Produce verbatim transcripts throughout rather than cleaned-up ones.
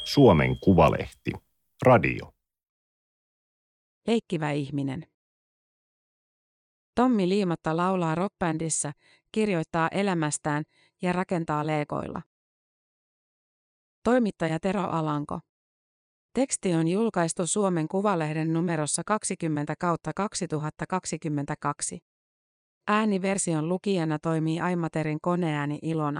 Suomen Kuvalehti. Radio. Leikkivä ihminen. Tommi Liimatta laulaa rockbändissä, kirjoittaa elämästään ja rakentaa legoilla. Toimittaja Tero Alanko. Teksti on julkaistu Suomen Kuvalehden numerossa kaksikymmentä kautta kaksituhattakaksikymmentäkaksi. Ääniversion lukijana toimii Aimaterin koneääni Ilona.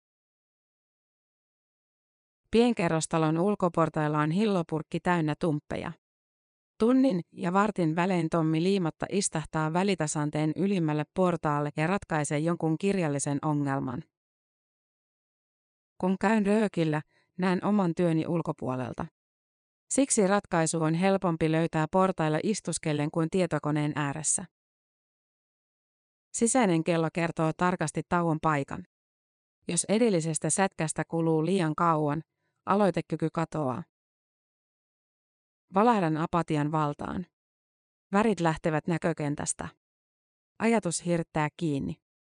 Pienkerrostalon ulkoportailla on hillopurkki täynnä tumppeja. Tunnin ja vartin välein Tommi Liimatta istahtaa välitasanteen ylimmälle portaalle ja ratkaisee jonkun kirjallisen ongelman. Kun käyn röökillä, näen oman työni ulkopuolelta. Siksi ratkaisu on helpompi löytää portailla istuskellen kuin tietokoneen ääressä. Sisäinen kello kertoo tarkasti tauon paikan. Jos edellisestä sätkästä kuluu liian kauan, aloitekyky katoaa. Valahdan apatian valtaan. Värit lähtevät näkökentästä. Ajatus hirttää kiinni.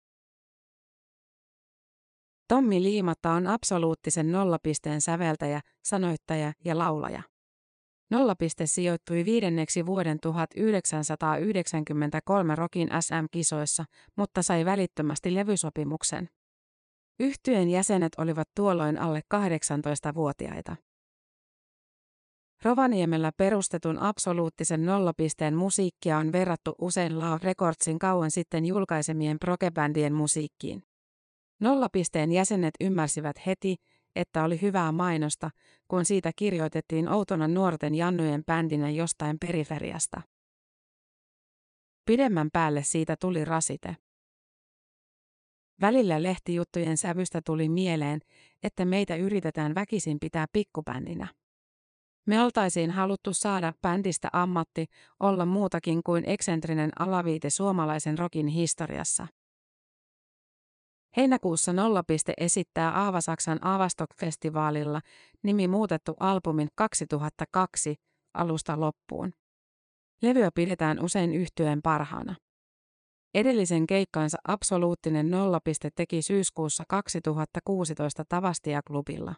Tommi Liimatta on absoluuttisen nollapisteen säveltäjä, sanoittaja ja laulaja. Nollapiste sijoittui viidenneksi vuoden tuhatyhdeksänsataayhdeksänkymmentäkolme Rockin S M-kisoissa, mutta sai välittömästi levysopimuksen. Yhtyeen jäsenet olivat tuolloin alle kahdeksantoistavuotiaita. Rovaniemellä perustetun absoluuttisen nollapisteen musiikkia on verrattu usein Loud Recordsin kauan sitten julkaisemien progebändien musiikkiin. Nollapisteen jäsenet ymmärsivät heti, että oli hyvää mainosta, kun siitä kirjoitettiin outona nuorten jannujen bändinä jostain periferiasta. Pidemmän päälle siitä tuli rasite. Välillä lehtijuttujen sävystä tuli mieleen, että meitä yritetään väkisin pitää pikkubändinä. Me oltaisiin haluttu saada bändistä ammatti, olla muutakin kuin eksentrinen alaviite suomalaisen rockin historiassa. Heinäkuussa Nollapiste esittää Aavasaksan Avastok-festivaalilla nimi muutettu albumin kaksituhattakaksi alusta loppuun. Levyä pidetään usein yhtyeen parhaana. Edellisen keikkansa absoluuttinen Nollapiste teki syyskuussa kaksituhattakuusitoista Tavastia-klubilla.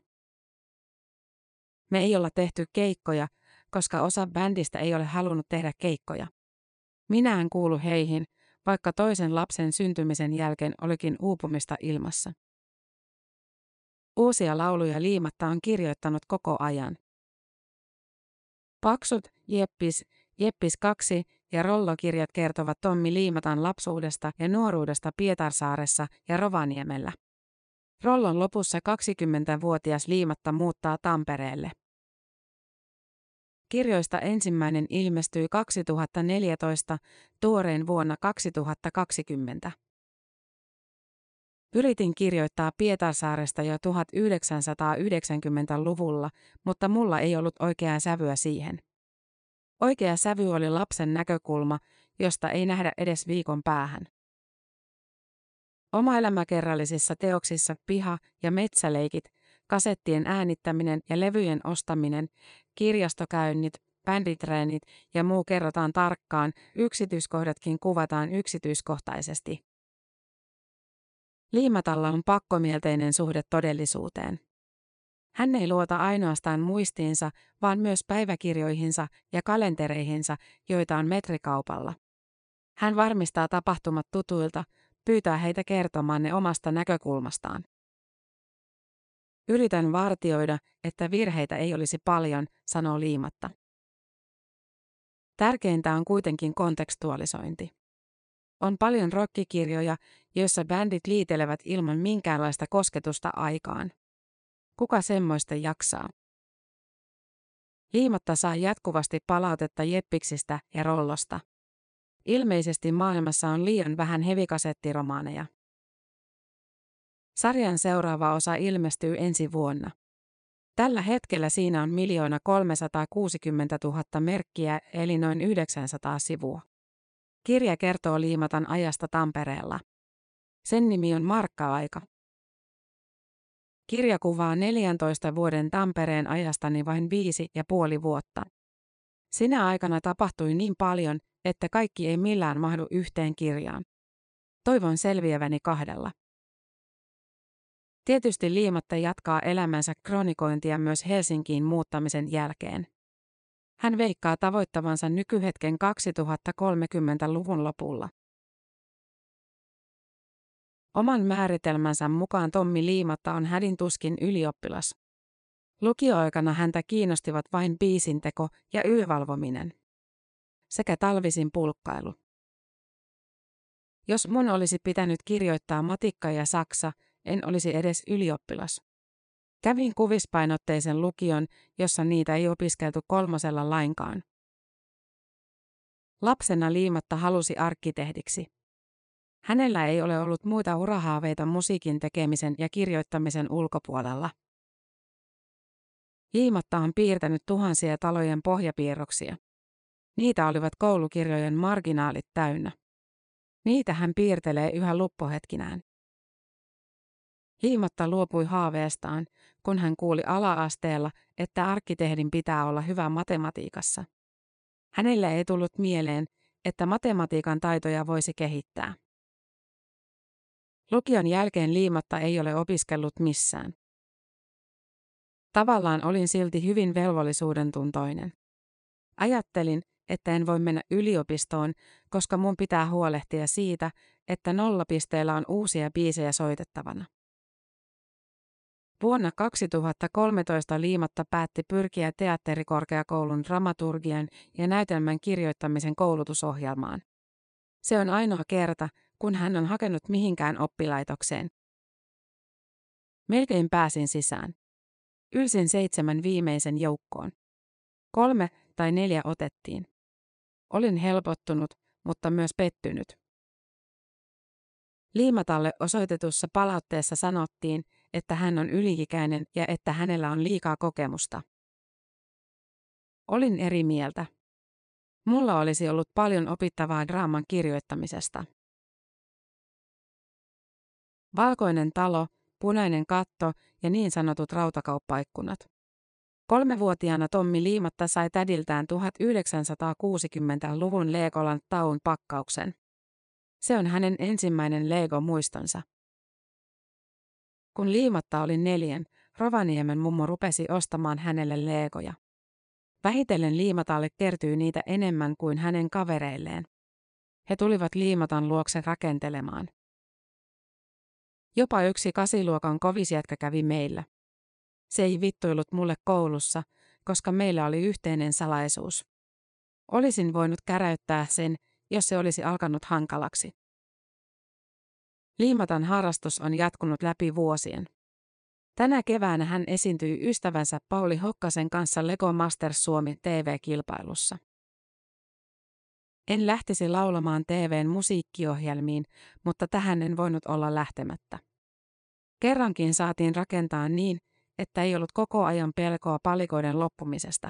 Me ei olla tehty keikkoja, koska osa bändistä ei ole halunnut tehdä keikkoja. Minä en kuulu heihin, vaikka toisen lapsen syntymisen jälkeen olikin uupumista ilmassa. Uusia lauluja Liimatta on kirjoittanut koko ajan. Paksut, Jeppis, Jeppis kaksi ja Rollo-kirjat kertovat Tommi Liimatan lapsuudesta ja nuoruudesta Pietarsaaressa ja Rovaniemellä. Rollon lopussa kaksikymmentävuotias Liimatta muuttaa Tampereelle. Kirjoista ensimmäinen ilmestyi kaksituhattaneljätoista, tuorein vuonna kaksituhattakaksikymmentä. Yritin kirjoittaa Pietarsaaresta jo tuhatyhdeksänsataayhdeksänkymmentäluvulla, mutta mulla ei ollut oikeaa sävyä siihen. Oikea sävy oli lapsen näkökulma, josta ei nähdä edes viikon päähän. Omaelämäkerrallisissa teoksissa Piha- ja metsäleikit, kasettien äänittäminen ja levyjen ostaminen, kirjastokäynnit, bänditreenit ja muu kerrotaan tarkkaan, yksityiskohdatkin kuvataan yksityiskohtaisesti. Liimatalla on pakkomielteinen suhde todellisuuteen. Hän ei luota ainoastaan muistiinsa, vaan myös päiväkirjoihinsa ja kalentereihinsa, joita on metrikaupalla. Hän varmistaa tapahtumat tutuilta, pyytää heitä kertomaan ne omasta näkökulmastaan. Yritän vartioida, että virheitä ei olisi paljon, sanoo Liimatta. Tärkeintä on kuitenkin kontekstualisointi. On paljon rokkikirjoja, joissa bändit liitelevät ilman minkäänlaista kosketusta aikaan. Kuka semmoista jaksaa? Liimatta saa jatkuvasti palautetta Jeppiksistä ja Rollosta. Ilmeisesti maailmassa on liian vähän hevikasettiromaaneja. Sarjan seuraava osa ilmestyy ensi vuonna. Tällä hetkellä siinä on miljoona kolmesataakuusikymmentätuhatta merkkiä eli noin yhdeksänsataa sivua. Kirja kertoo Liimatan ajasta Tampereella. Sen nimi on Markka-aika. Kirja kuvaa neljäntoista vuoden Tampereen ajastani vain viisi ja puoli vuotta. Sinä aikana tapahtui niin paljon, että kaikki ei millään mahdu yhteen kirjaan. Toivon selviäväni kahdella. Tietysti Liimatta jatkaa elämänsä kronikointia myös Helsinkiin muuttamisen jälkeen. Hän veikkaa tavoittavansa nykyhetken kaksituhattakolmekymmentäluvun lopulla. Oman määritelmänsä mukaan Tommi Liimatta on hädin tuskin ylioppilas. Lukioaikana häntä kiinnostivat vain biisinteko ja ylivalvominen. Sekä talvisin pulkkailu. Jos mun olisi pitänyt kirjoittaa matikka ja saksa, en olisi edes ylioppilas. Kävin kuvispainotteisen lukion, jossa niitä ei opiskeltu kolmosella lainkaan. Lapsena Liimatta halusi arkkitehdiksi. Hänellä ei ole ollut muita urahaaveita musiikin tekemisen ja kirjoittamisen ulkopuolella. Liimatta on piirtänyt tuhansia talojen pohjapiirroksia. Niitä olivat koulukirjojen marginaalit täynnä. Niitä hän piirtelee yhä luppohetkinään. Liimatta luopui haaveestaan, kun hän kuuli ala-asteella, että arkkitehdin pitää olla hyvä matematiikassa. Hänelle ei tullut mieleen, että matematiikan taitoja voisi kehittää. Lukion jälkeen Liimatta ei ole opiskellut missään. Tavallaan olin silti hyvin velvollisuudentuntoinen. Ajattelin, että en voi mennä yliopistoon, koska mun pitää huolehtia siitä, että nollapisteellä on uusia biisejä soitettavana. Vuonna kaksituhattakolmetoista Liimatta päätti pyrkiä teatterikorkeakoulun dramaturgian ja näytelmän kirjoittamisen koulutusohjelmaan. Se on ainoa kerta, kun hän on hakenut mihinkään oppilaitokseen. Melkein pääsin sisään. Ylsin seitsemän viimeisen joukkoon. Kolme tai neljä otettiin. Olin helpottunut, mutta myös pettynyt. Liimatalle osoitetussa palautteessa sanottiin, että hän on yli-ikäinen ja että hänellä on liikaa kokemusta. Olin eri mieltä. Mulla olisi ollut paljon opittavaa draaman kirjoittamisesta. Valkoinen talo, punainen katto ja niin sanotut rautakauppaikkunat. Kolmevuotiaana Tommi Liimatta sai tädiltään tuhatyhdeksänsataakuusikymmentäluvun Legoland taun pakkauksen. Se on hänen ensimmäinen Lego-muistonsa. Kun Liimatta oli neljän, Rovaniemen mummo rupesi ostamaan hänelle legoja. Vähitellen Liimatalle kertyi niitä enemmän kuin hänen kavereilleen. He tulivat Liimatan luokse rakentelemaan. Jopa yksi kasiluokan kovisjätkä kävi meillä. Se ei vittuillut mulle koulussa, koska meillä oli yhteinen salaisuus. Olisin voinut käräyttää sen, jos se olisi alkanut hankalaksi. Liimatan harrastus on jatkunut läpi vuosien. Tänä keväänä hän esiintyi ystävänsä Pauli Hokkasen kanssa Lego Masters Suomi T V-kilpailussa. En lähtisi laulamaan T V:n musiikkiohjelmiin, mutta tähän en voinut olla lähtemättä. Kerrankin saatiin rakentaa niin, että ei ollut koko ajan pelkoa palikoiden loppumisesta.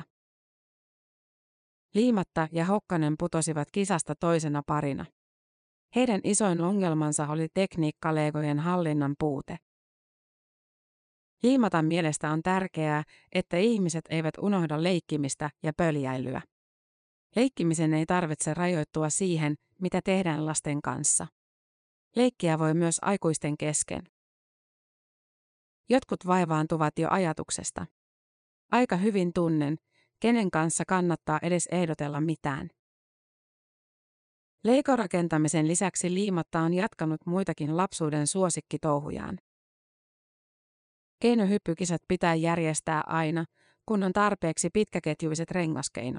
Liimatta ja Hokkanen putosivat kisasta toisena parina. Heidän isoin ongelmansa oli tekniikkalegojen hallinnan puute. Liimatan mielestä on tärkeää, että ihmiset eivät unohda leikkimistä ja pöljäilyä. Leikkimisen ei tarvitse rajoittua siihen, mitä tehdään lasten kanssa. Leikkiä voi myös aikuisten kesken. Jotkut vaivaantuvat jo ajatuksesta. Aika hyvin tunnen, kenen kanssa kannattaa edes ehdotella mitään. Lego-rakentamisen lisäksi Liimatta on jatkanut muitakin lapsuuden suosikkitouhujaan. Keinohyppykisat pitää järjestää aina, kun on tarpeeksi pitkäketjuiset rengaskeinot.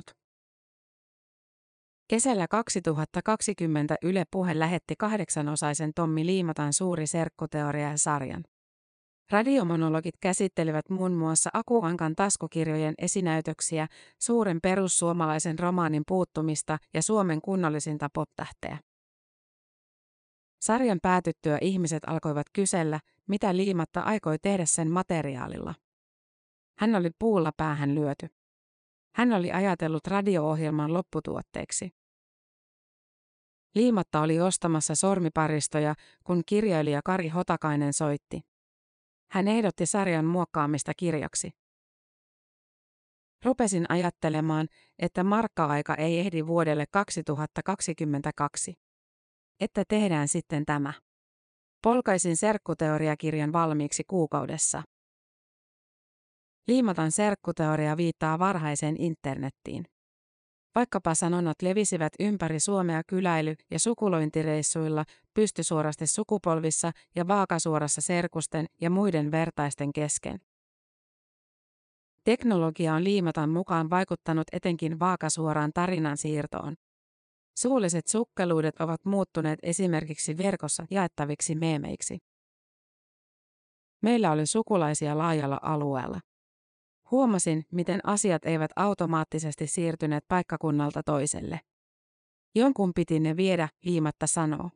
Kesällä kaksituhattakaksikymmentä Yle Puhe lähetti kahdeksanosaisen Tommi Liimatan Suuri serkkuteoria-sarjan. Radiomonologit käsittelivät muun muassa Aku Ankan taskukirjojen esinäytöksiä, suuren perussuomalaisen romaanin puuttumista ja Suomen kunnollisinta pop-tähteä. Sarjan päätyttyä ihmiset alkoivat kysellä, mitä Liimatta aikoi tehdä sen materiaalilla. Hän oli puulla päähän lyöty. Hän oli ajatellut radio-ohjelman lopputuotteeksi. Liimatta oli ostamassa sormiparistoja, kun kirjailija Kari Hotakainen soitti. Hän ehdotti sarjan muokkaamista kirjaksi. Rupesin ajattelemaan, että markka-aika ei ehdi vuodelle kaksituhattakaksikymmentäkaksi. Että tehdään sitten tämä. Polkaisin serkkuteoriakirjan valmiiksi kuukaudessa. Liimatan serkkuteoria viittaa varhaiseen internettiin. Vaikkapa sanonnat levisivät ympäri Suomea kyläily- ja sukulointireissuilla, pystysuorasti sukupolvissa ja vaakasuorassa serkusten ja muiden vertaisten kesken. Teknologia on Liimatan mukaan vaikuttanut etenkin vaakasuoraan tarinan siirtoon. Suulliset sukkeluudet ovat muuttuneet esimerkiksi verkossa jaettaviksi meemeiksi. Meillä oli sukulaisia laajalla alueella. Huomasin, miten asiat eivät automaattisesti siirtyneet paikkakunnalta toiselle. Jonkun piti ne viedä, Liimatta sanoo.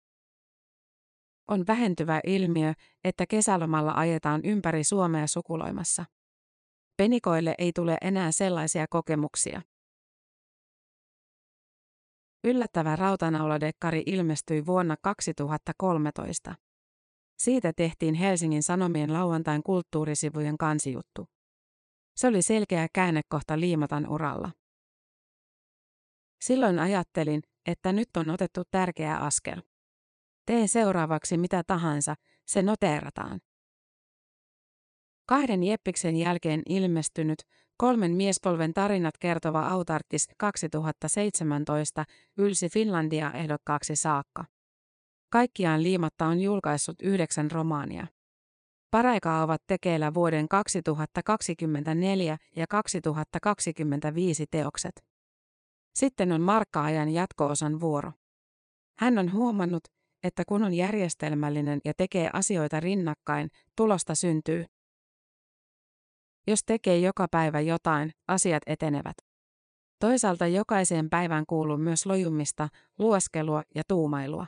On vähentyvä ilmiö, että kesälomalla ajetaan ympäri Suomea sukuloimassa. Penikoille ei tule enää sellaisia kokemuksia. Yllättävä rautanauladekkari ilmestyi vuonna kaksituhattakolmetoista. Siitä tehtiin Helsingin Sanomien lauantain kulttuurisivujen kansijuttu. Se oli selkeä käännekohta Liimatan uralla. Silloin ajattelin, että nyt on otettu tärkeä askel. Teen seuraavaksi mitä tahansa, se noteerataan. Kahden Jeppiksen jälkeen ilmestynyt, kolmen miespolven tarinat kertova Autarktis kaksituhattaseitsemäntoista ylsi Finlandia-ehdokkaaksi saakka. Kaikkiaan Liimatta on julkaissut yhdeksän romaania. Paraikaa ovat tekeillä vuoden kaksituhattakaksikymmentäneljä ja kaksituhattakaksikymmentäviisi teokset. Sitten on Markka-ajan jatko-osan vuoro. Hän on huomannut, että kun on järjestelmällinen ja tekee asioita rinnakkain, tulosta syntyy. Jos tekee joka päivä jotain, asiat etenevät. Toisaalta jokaiseen päivään kuuluu myös lojumista, lueskelua ja tuumailua.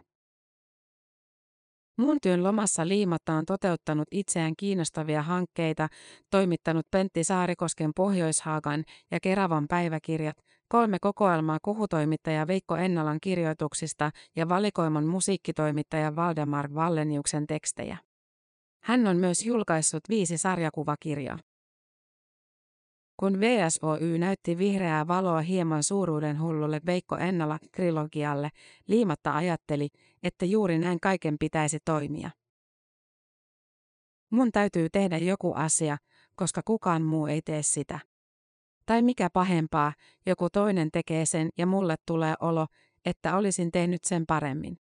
Muun työn lomassa Liimatta on toteuttanut itseään kiinnostavia hankkeita, toimittanut Pentti Saarikosken Pohjoishaagan ja Keravan päiväkirjat, kolme kokoelmaa kohutoimittaja Veikko Ennalan kirjoituksista ja valikoiman musiikkitoimittaja Valdemar Valleniuksen tekstejä. Hän on myös julkaissut viisi sarjakuvakirjaa. Kun V S O Y näytti vihreää valoa hieman suuruuden hullulle Veikko Ennala-trilogialle, Liimatta ajatteli, että juuri näin kaiken pitäisi toimia. Mun täytyy tehdä joku asia, koska kukaan muu ei tee sitä. Tai mikä pahempaa, joku toinen tekee sen ja mulle tulee olo, että olisin tehnyt sen paremmin.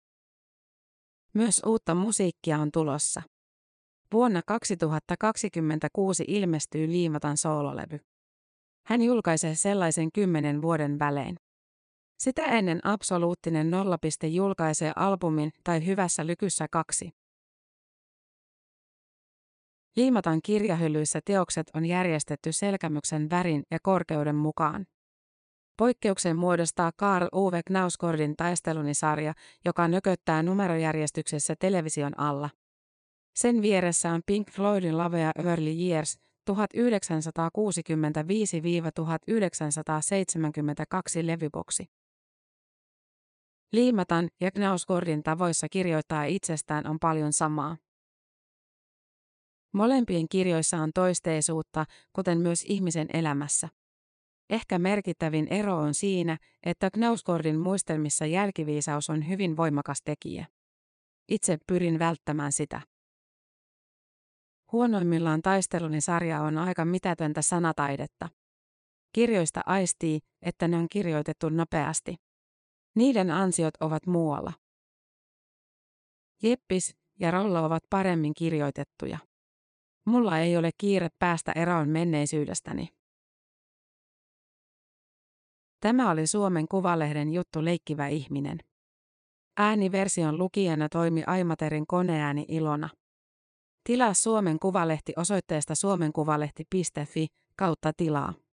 Myös uutta musiikkia on tulossa. Vuonna kaksituhattakaksikymmentäkuusi ilmestyy Liimatan soololevy. Hän julkaisee sellaisen kymmenen vuoden välein. Sitä ennen Absoluuttinen nollapiste julkaisee albumin Tai hyvässä lykyssä kaksi. Liimatan kirjahyllyissä teokset on järjestetty selkämyksen värin ja korkeuden mukaan. Poikkeuksen muodostaa Karl Ove Knausgårdin Taisteluni-sarja, joka nököttää numerojärjestyksessä television alla. Sen vieressä on Pink Floydin Lavea Early Years tuhatyhdeksänsataakuusikymmentäviisi tuhatyhdeksänsataaseitsemänkymmentäkaksi levyboksi. Liimatan ja Knausgårdin tavoissa kirjoittaa itsestään on paljon samaa. Molempien kirjoissa on toisteisuutta, kuten myös ihmisen elämässä. Ehkä merkittävin ero on siinä, että Knausgårdin muistelmissa jälkiviisaus on hyvin voimakas tekijä. Itse pyrin välttämään sitä. Huonoimmillaan Taisteluni-sarja on aika mitätöntä sanataidetta. Kirjoista aistii, että ne on kirjoitettu nopeasti. Niiden ansiot ovat muualla. Jeppis ja Rollo ovat paremmin kirjoitettuja. Mulla ei ole kiire päästä eroon menneisyydestäni. Tämä oli Suomen Kuvalehden juttu Leikkivä ihminen. Ääniversion lukijana toimi Aimaterin koneääni Ilona. Tilaa Suomen Kuvalehti osoitteesta suomenkuvalehti piste fi kautta tilaa.